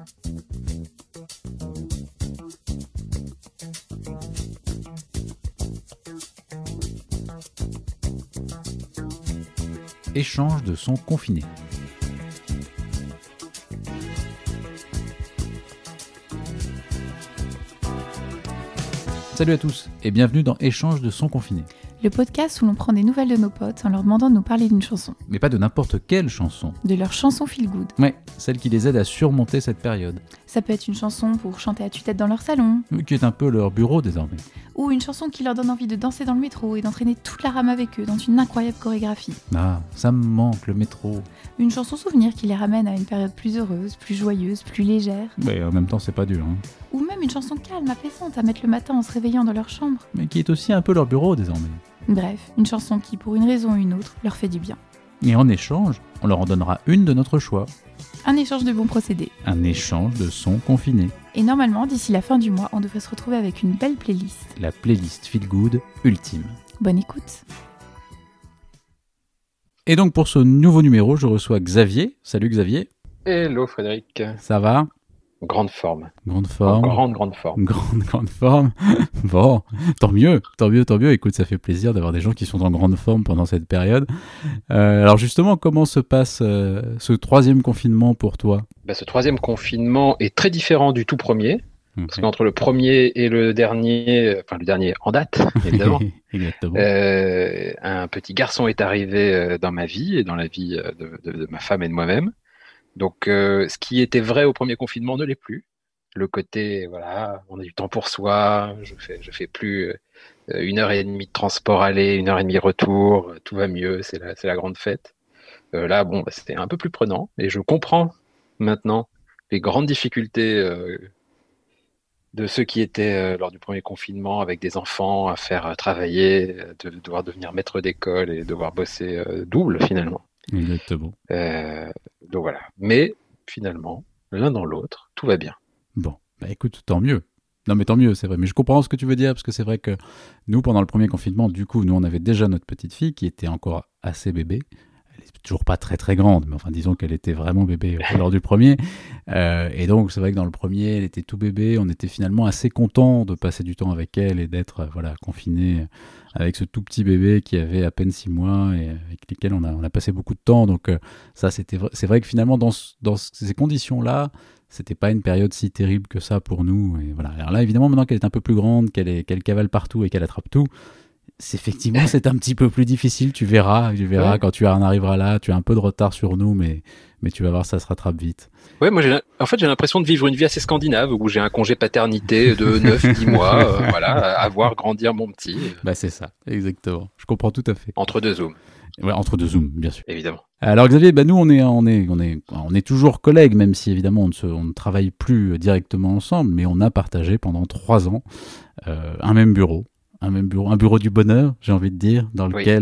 Échange de sons confinés. Salut à tous et bienvenue dans Échange de sons confinés. Le podcast où l'on prend des nouvelles de nos potes en leur demandant de nous parler d'une chanson. Mais pas de n'importe quelle chanson. De leur chanson feel good. Ouais, celle qui les aide à surmonter cette période. Ça peut être une chanson pour chanter à tue-tête dans leur salon. Qui est un peu leur bureau désormais. Ou une chanson qui leur donne envie de danser dans le métro et d'entraîner toute la rame avec eux dans une incroyable chorégraphie. Ah, ça me manque le métro. Une chanson souvenir qui les ramène à une période plus heureuse, plus joyeuse, plus légère. Mais en même temps c'est pas dur. Ou même une chanson calme, apaisante à mettre le matin en se réveillant dans leur chambre. Mais qui est aussi un peu leur bureau désormais. Bref, une chanson qui, pour une raison ou une autre, leur fait du bien. Et en échange, on leur en donnera une de notre choix. Un échange de bons procédés. Un échange de sons confinés. Et normalement, d'ici la fin du mois, on devrait se retrouver avec une belle playlist. La playlist Feel Good ultime. Bonne écoute. Et donc pour ce nouveau numéro, je reçois Xavier. Salut Xavier. Hello Frédéric. Ça va ? Grande forme. Grande forme. Grande forme. Grande forme. Bon, tant mieux. Écoute, ça fait plaisir d'avoir des gens qui sont en grande forme pendant cette période. Alors justement, comment se passe ce troisième confinement pour toi ? Ce troisième confinement est très différent du tout premier. Okay. Parce qu'entre le premier et le dernier en date, évidemment, Exactement. Un petit garçon est arrivé dans ma vie et dans la vie de ma femme et de moi-même. Donc, ce qui était vrai au premier confinement ne l'est plus. Le côté, voilà, on a du temps pour soi, je fais plus 1h30 de transport aller, 1h30 retour, tout va mieux, c'est la grande fête. Là, c'était un peu plus prenant et je comprends maintenant les grandes difficultés de ceux qui étaient lors du premier confinement avec des enfants à faire travailler, de devoir devenir maître d'école et devoir bosser double finalement. Exactement. Donc voilà. Mais finalement, l'un dans l'autre, tout va bien. Bon, écoute, tant mieux. Non mais tant mieux, c'est vrai. Mais je comprends ce que tu veux dire, parce que c'est vrai que nous, pendant le premier confinement, du coup, nous, on avait déjà notre petite fille qui était encore assez bébé. Elle est toujours pas très très grande, mais enfin disons qu'elle était vraiment bébé lors du premier. Et donc c'est vrai que dans le premier, elle était tout bébé. On était finalement assez contents de passer du temps avec elle et d'être confinés avec ce tout petit bébé qui avait à peine 6 mois et avec lesquels on a passé beaucoup de temps. Donc ça, c'est vrai que finalement dans ces conditions-là, c'était pas une période si terrible que ça pour nous. Et voilà. Alors là, évidemment, maintenant qu'elle est un peu plus grande, qu'elle cavale partout et qu'elle attrape tout, c'est un petit peu plus difficile. Tu verras ouais. Quand tu en arriveras là, tu as un peu de retard sur nous, mais tu vas voir, ça se rattrape vite. Ouais, moi j'ai l'impression de vivre une vie assez scandinave où j'ai un congé paternité de 9-10 mois, à voir grandir mon petit. C'est ça, exactement. Je comprends tout à fait. Entre deux zooms. Ouais, entre deux zooms, bien sûr. Évidemment. Alors Xavier, nous on est toujours collègues, même si évidemment on ne travaille plus directement ensemble, mais on a partagé pendant 3 ans un même bureau. Un bureau du bonheur, j'ai envie de dire, dans lequel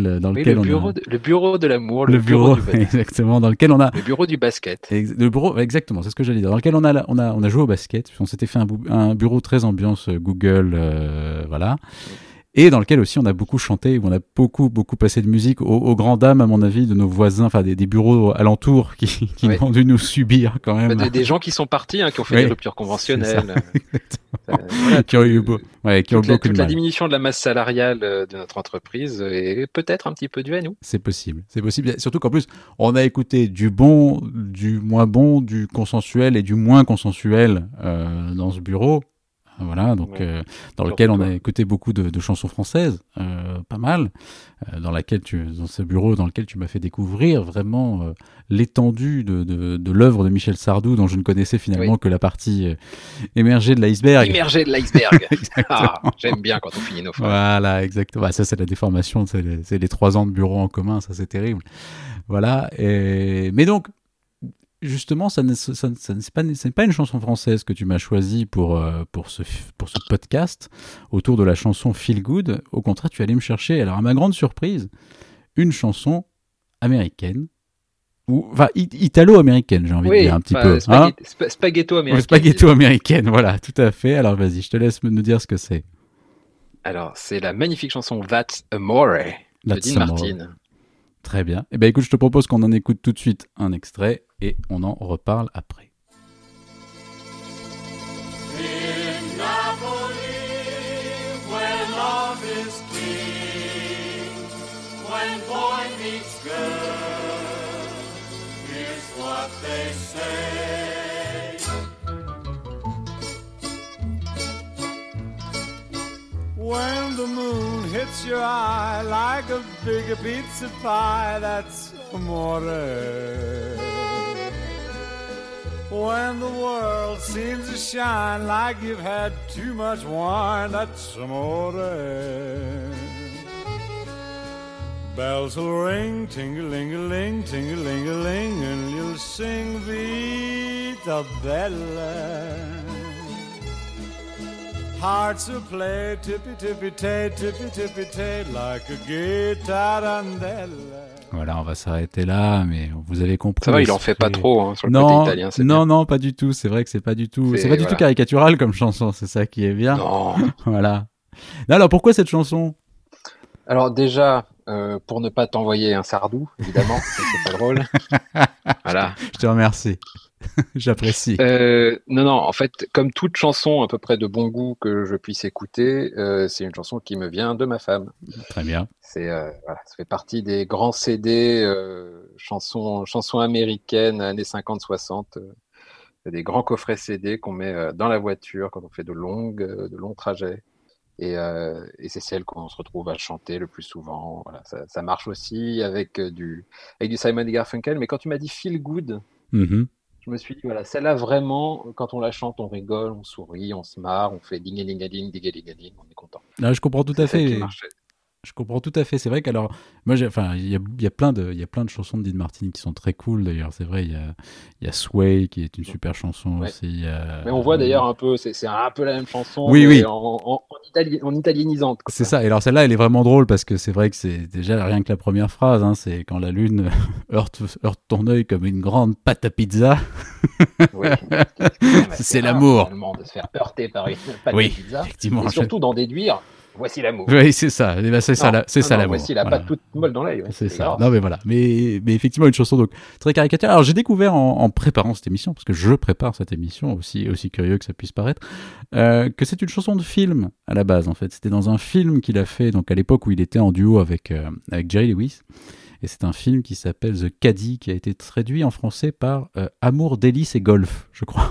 le bureau de l'amour, le bureau du bonheur. Exactement, dans lequel on a le bureau du basket. Le bureau, exactement, c'est ce que j'allais dire. Dans lequel on a joué au basket. On s'était fait un bureau très ambiance Google, voilà. Et dans lequel aussi on a beaucoup chanté, où on a beaucoup passé de musique aux grandes dames, à mon avis, de nos voisins, enfin des bureaux alentours qui ont dû nous subir quand même. Des gens qui sont partis, qui ont fait des ruptures conventionnelles. Qui ont eu beaucoup de mal. Toute la diminution de la masse salariale de notre entreprise est peut-être un petit peu due à nous. C'est possible. Surtout qu'en plus, on a écouté du bon, du moins bon, du consensuel et du moins consensuel dans ce bureau. Voilà, donc dans lequel on a écouté beaucoup de chansons françaises, pas mal, dans ce bureau dans lequel tu m'as fait découvrir vraiment l'étendue de l'œuvre de Michel Sardou, dont je ne connaissais finalement que la partie émergée de l'iceberg. Immergée de l'iceberg. J'aime bien quand on finit nos phrases. Voilà, exactement. Ça, c'est la déformation, c'est les 3 ans de bureau en commun, ça c'est terrible. Voilà, mais donc, justement, ce n'est pas une chanson française que tu m'as choisie pour ce podcast autour de la chanson Feel Good. Au contraire, tu allais me chercher, alors à ma grande surprise, une chanson américaine, italo-américaine, j'ai envie de dire un petit peu. Spaghetto-américaine. Spaghetto-américaine, voilà, tout à fait. Alors vas-y, je te laisse nous dire ce que c'est. Alors, c'est la magnifique chanson That's Amore de Dean Martin. Très bien. Écoute, je te propose qu'on en écoute tout de suite un extrait et on en reparle après. boy meets girl, here's what they say. When the moon hits your eye like a big pizza pie, that's amore. When the world seems to shine like you've had too much wine, that's amore. Bells will ring, ting-a-ling-a-ling, ting-a-ling-a-ling, and you'll sing Vita Bella. Hearts will play tippy-tippy-tay, tippy-tippy-tay, like a gay tarantella. Voilà, on va s'arrêter là, mais vous avez compris. Ça va, il en fait pas trop hein, sur le non, côté italien. C'est non, bien. non, pas du tout. C'est vrai que c'est pas du tout. C'est pas du voilà. tout caricatural comme chanson. C'est ça qui est bien. Non. Voilà. Non, alors pourquoi cette chanson? Alors déjà, pour ne pas t'envoyer un sardou, évidemment, c'est pas drôle. Voilà. Je te remercie. J'apprécie. Non, en fait, comme toute chanson à peu près de bon goût que je puisse écouter, c'est une chanson qui me vient de ma femme. Très bien. C'est voilà, ça fait partie des grands CD chansons américaines années 50-60, des grands coffrets CD qu'on met dans la voiture quand on fait de longs trajets. Et c'est celle qu'on se retrouve à chanter le plus souvent. Voilà, ça marche aussi avec du Simon & Garfunkel. Mais quand tu m'as dit Feel Good, je me suis dit, voilà, celle-là vraiment, quand on la chante, on rigole, on sourit, on se marre, on fait ding-a-ling-a-ling, ding-a-ling-a-ling, on est content. Là, je comprends tout à C'est celle fait. qui marchait. Je comprends tout à fait. C'est vrai qu'alors, moi, il y a plein de chansons de Dean Martin qui sont très cool. D'ailleurs, c'est vrai. Il y a Sway qui est une super chanson aussi. Mais on voit d'ailleurs un peu, c'est un peu la même chanson, oui, mais oui. en italienisante. C'est ça. Et alors celle-là, elle est vraiment drôle parce que c'est vrai que c'est déjà rien que la première phrase. Hein, c'est quand la lune heurte ton œil comme une grande pâte à pizza. Oui. C'est l'amour. Finalement, de se faire heurter par une pâte à pizza. Effectivement. Et surtout d'en déduire. Voici l'amour. Oui, c'est ça. Et ben, c'est ça l'amour. Voici la pâte toute molle dans l'œil. Ouais. C'est ça. grave. Non, mais voilà. Mais effectivement, une chanson donc très caricaturale. Alors, j'ai découvert en préparant cette émission, parce que je prépare cette émission, aussi curieux que ça puisse paraître, que c'est une chanson de film à la base. En fait, c'était dans un film qu'il a fait, donc à l'époque où il était en duo avec Jerry Lewis. Et c'est un film qui s'appelle The Caddy, qui a été traduit en français par Amour, délices et golf, je crois.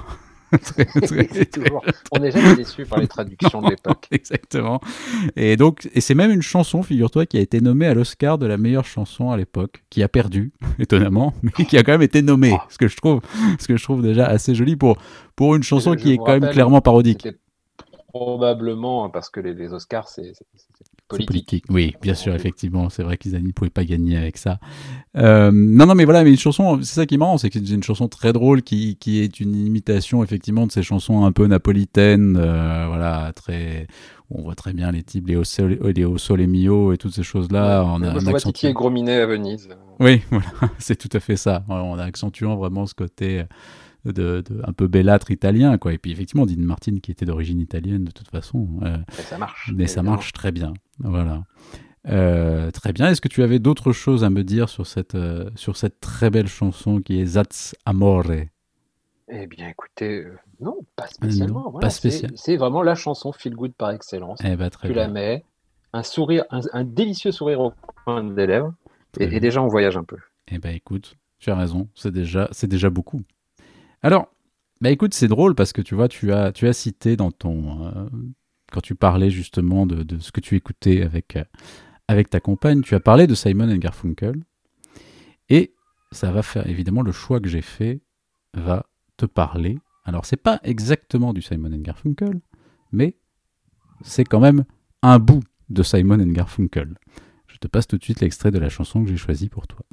On n'est jamais déçu par les traductions de l'époque. Exactement. Et c'est même une chanson, figure-toi, qui a été nommée à l'Oscar de la meilleure chanson à l'époque, qui a perdu, étonnamment, mais qui a quand même été nommée. Ce que je trouve déjà assez joli pour une chanson qui est quand même clairement parodique. C'était probablement parce que les Oscars, c'est politique. Oui, bien sûr, effectivement. C'est vrai qu'ils ne pouvaient pas gagner avec ça. Non, mais voilà, mais une chanson, c'est ça qui est marrant, c'est que c'est une chanson très drôle qui est une imitation, effectivement, de ces chansons un peu napolitaines, voilà, où on voit très bien les types, les O Sole Mio et toutes ces choses-là. On voit Titi et Grominet à Venise. Oui, voilà, c'est tout à fait ça. En accentuant vraiment ce côté de un peu bellâtre italien, quoi. Et puis effectivement, Dean Martin qui était d'origine italienne de toute façon. Et ça marche. Mais ça marche très bien. Voilà. Très bien. Est-ce que tu avais d'autres choses à me dire sur cette très belle chanson qui est That's Amore? Eh bien, écoutez, non, pas spécialement. Non, voilà, pas spécial. C'est vraiment la chanson feel good par excellence. Eh ben, très tu bien. la mets, un sourire, un délicieux sourire au coin des lèvres, et déjà on voyage un peu. Eh ben, écoute, tu as raison. C'est déjà beaucoup. Alors, bah écoute, c'est drôle parce que tu vois, tu as cité dans quand tu parlais justement de ce que tu écoutais avec ta compagne, tu as parlé de Simon & Garfunkel, et ça va faire, évidemment, le choix que j'ai fait va te parler. Alors, c'est pas exactement du Simon & Garfunkel, mais c'est quand même un bout de Simon & Garfunkel. Je te passe tout de suite l'extrait de la chanson que j'ai choisie pour toi.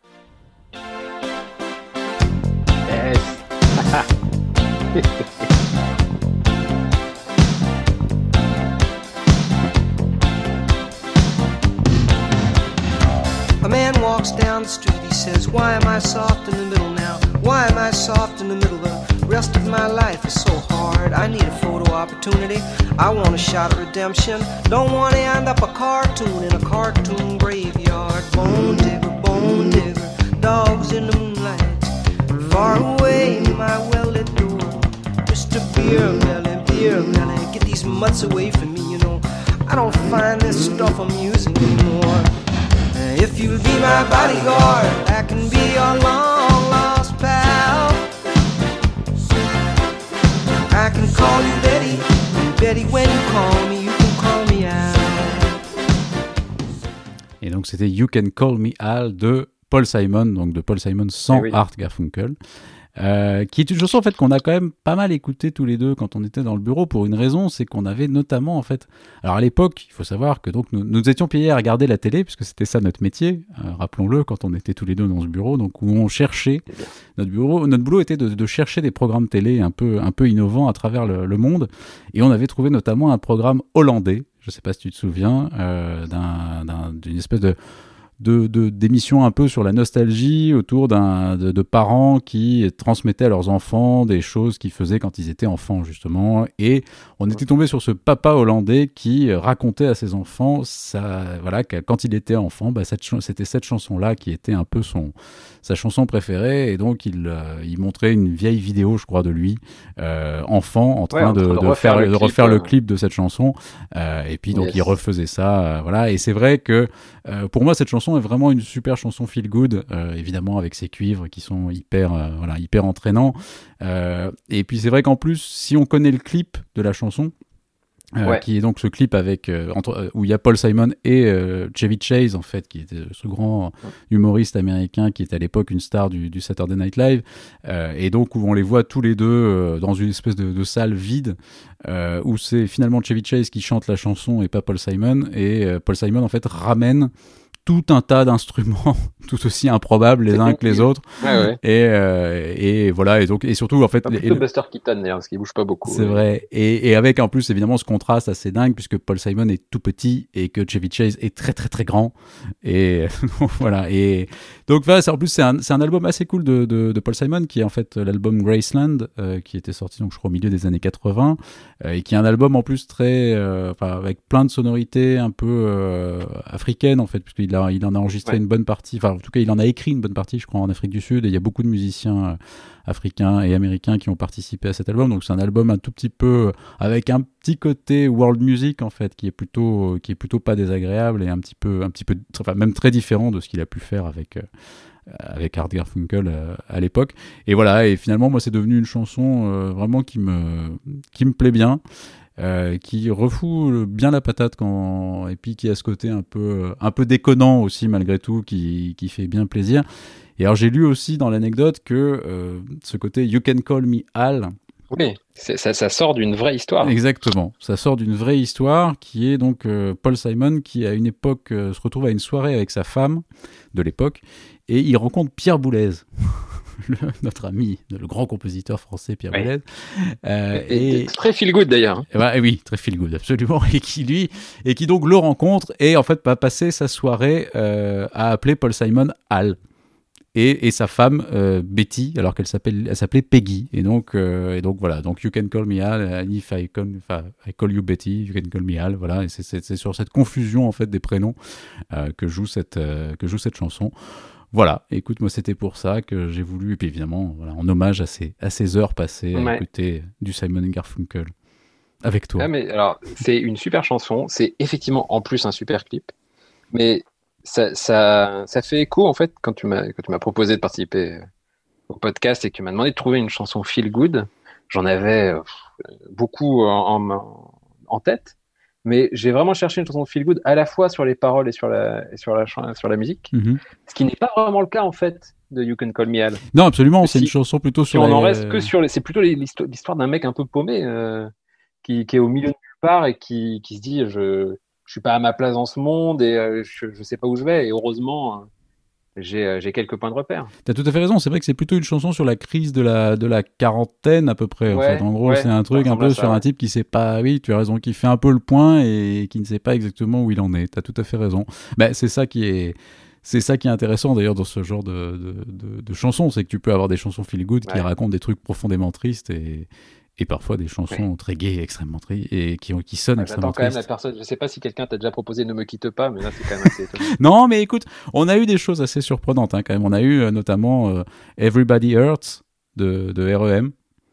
Yes. A man walks down the street, he says, why am I soft in the middle now? Why am I soft in the middle? The rest of my life is so hard. I need a photo opportunity. I want a shot at redemption. Don't want to end up a cartoon in a cartoon graveyard. Bone digger, dogs in the moonlight. Far away, my well-lit door. Mr. Beer Melly, get these mutts away from me, you know. I don't find this stuff amusing anymore. If you'll be my bodyguard, I can be your long lost pal. I can call you Betty, and Betty, when you call me, you can call me Al. Et donc c'était You Can Call Me Al de Paul Simon, donc de Paul Simon sans Art Garfunkel. Qui est une chanson en fait qu'on a quand même pas mal écouté tous les deux quand on était dans le bureau pour une raison, c'est qu'on avait notamment en fait, alors à l'époque il faut savoir que donc nous étions payés à regarder la télé puisque c'était ça notre métier, rappelons-le, quand on était tous les deux dans ce bureau, donc où on cherchait, notre boulot était de chercher des programmes télé un peu innovants à travers le monde, et on avait trouvé notamment un programme hollandais, je sais pas si tu te souviens, d'une espèce d'émissions un peu sur la nostalgie autour de parents qui transmettaient à leurs enfants des choses qu'ils faisaient quand ils étaient enfants justement, et on était tombé sur ce papa hollandais qui racontait à ses enfants que quand il était enfant, c'était cette chanson-là qui était un peu sa chanson préférée, et donc il montrait une vieille vidéo, je crois, de lui enfant en train de refaire le clip de cette chanson, et puis donc il refaisait ça, et c'est vrai que pour moi cette chanson est vraiment une super chanson feel good, évidemment avec ses cuivres qui sont hyper entraînants, et puis c'est vrai qu'en plus si on connaît le clip de la chanson, qui est donc ce clip avec où il y a Paul Simon et Chevy Chase en fait, qui était ce grand humoriste américain qui était à l'époque une star du Saturday Night Live, et donc où on les voit tous les deux dans une espèce de salle vide, où c'est finalement Chevy Chase qui chante la chanson et pas Paul Simon, et Paul Simon en fait ramène tout un tas d'instruments tout aussi improbables les uns que les autres, et voilà, et surtout en fait plutôt Buster Keaton d'ailleurs, parce qu'il bouge pas beaucoup, c'est vrai, et avec en plus évidemment ce contraste assez dingue puisque Paul Simon est tout petit et que Chevy Chase est très très très grand, et voilà, et donc voilà, en plus c'est un album assez cool de Paul Simon, qui est en fait l'album Graceland, qui était sorti donc je crois au milieu des années 80, et qui est un album en plus très avec plein de sonorités un peu africaines en fait, puisqu'il en a enregistré une bonne partie, enfin en tout cas il en a écrit une bonne partie je crois en Afrique du Sud, et il y a beaucoup de musiciens africains et américains qui ont participé à cet album, donc c'est un album un tout petit peu avec un petit côté world music en fait, qui est plutôt pas désagréable, et un petit peu même très différent de ce qu'il a pu faire avec Art Garfunkel à l'époque, et voilà, et finalement moi c'est devenu une chanson vraiment qui me plaît bien, qui refoule bien la patate et puis qui a ce côté un peu déconnant aussi malgré tout, qui fait bien plaisir. Et alors j'ai lu aussi dans l'anecdote que ce côté You Can Call Me Al, oui, ça sort d'une vraie histoire. Exactement, ça sort d'une vraie histoire, qui est donc Paul Simon qui à une époque se retrouve à une soirée avec sa femme de l'époque, et il rencontre Pierre Boulez. Notre ami, le grand compositeur français Pierre Boulez. Et très feel good d'ailleurs. Oui, très feel good, absolument. Et qui donc le rencontre, et en fait va passer sa soirée à appeler Paul Simon Al. Et sa femme Betty, alors qu'elle s'appelait Peggy. Et donc voilà, donc You Can Call Me Al, if I call you Betty, You Can Call Me Al, voilà. Et c'est sur cette confusion en fait des prénoms que joue cette chanson. Voilà, écoute, moi c'était pour ça que j'ai voulu, et puis évidemment, voilà, en hommage à ces heures passées à écouter du Simon & Garfunkel avec toi. Mais alors, c'est une super chanson, c'est effectivement en plus un super clip, mais ça fait écho en fait quand tu m'as proposé de participer au podcast et que tu m'as demandé de trouver une chanson feel good. J'en avais beaucoup en tête. Mais j'ai vraiment cherché une chanson feel good à la fois sur les paroles et sur la musique, ce qui n'est pas vraiment le cas en fait de You Can Call Me Al. Non, absolument, c'est une chanson plutôt sur. On en reste que sur c'est plutôt l'histoire d'un mec un peu paumé qui est au milieu de nulle part et qui se dit je suis pas à ma place dans ce monde et je sais pas où je vais, et heureusement j'ai quelques points de repère. T'as tout à fait raison, c'est vrai que c'est plutôt une chanson sur la crise de la quarantaine à peu près. En fait. En gros, c'est un truc un peu sur un type qui sait pas, oui, tu as raison, qui fait un peu le point et qui ne sait pas exactement où il en est. T'as tout à fait raison. C'est ça qui est intéressant d'ailleurs dans ce genre de chansons, c'est que tu peux avoir des chansons feel good qui racontent des trucs profondément tristes et parfois des chansons très gaies, extrêmement tristes, et qui sonnent extrêmement tristes. Quand même la personne, je sais pas si quelqu'un t'a déjà proposé Ne me quitte pas, mais là c'est quand même assez étonnant. Non, mais écoute, on a eu des choses assez surprenantes quand même. On a eu notamment Everybody Hurts de R.E.M.,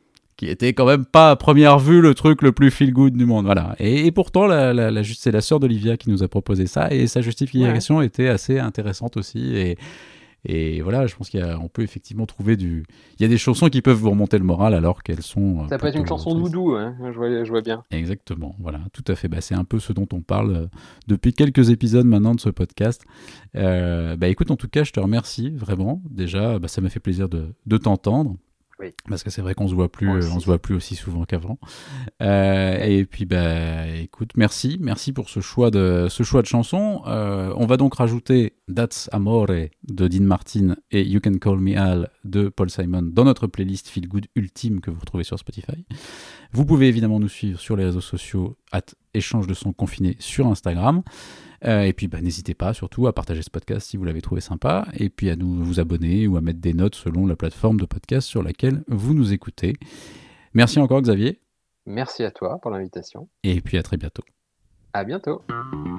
qui était quand même pas à première vue le truc le plus feel good du monde, voilà. Et pourtant c'est la sœur d'Olivia qui nous a proposé ça, et sa justification était assez intéressante aussi, et voilà, je pense qu'on peut effectivement trouver il y a des chansons qui peuvent vous remonter le moral alors qu'elles sont Ça peut être une chanson doudou, hein. Je vois bien. Exactement, voilà, tout à fait. C'est un peu ce dont on parle depuis quelques épisodes maintenant de ce podcast. Écoute, en tout cas, je te remercie vraiment. Déjà, ça m'a fait plaisir de t'entendre. Oui. Parce que c'est vrai qu'on se voit plus aussi souvent qu'avant. Et puis, écoute, merci pour ce choix de chanson. On va donc rajouter That's Amore de Dean Martin et You Can Call Me Al de Paul Simon dans notre playlist Feel Good Ultime que vous retrouvez sur Spotify. Vous pouvez évidemment nous suivre sur les réseaux sociaux @échange de son confiné sur Instagram. Et puis n'hésitez pas surtout à partager ce podcast si vous l'avez trouvé sympa, et puis à vous abonner ou à mettre des notes selon la plateforme de podcast sur laquelle vous nous écoutez. Merci encore Xavier. Merci à toi pour l'invitation. Et puis à très bientôt. À bientôt.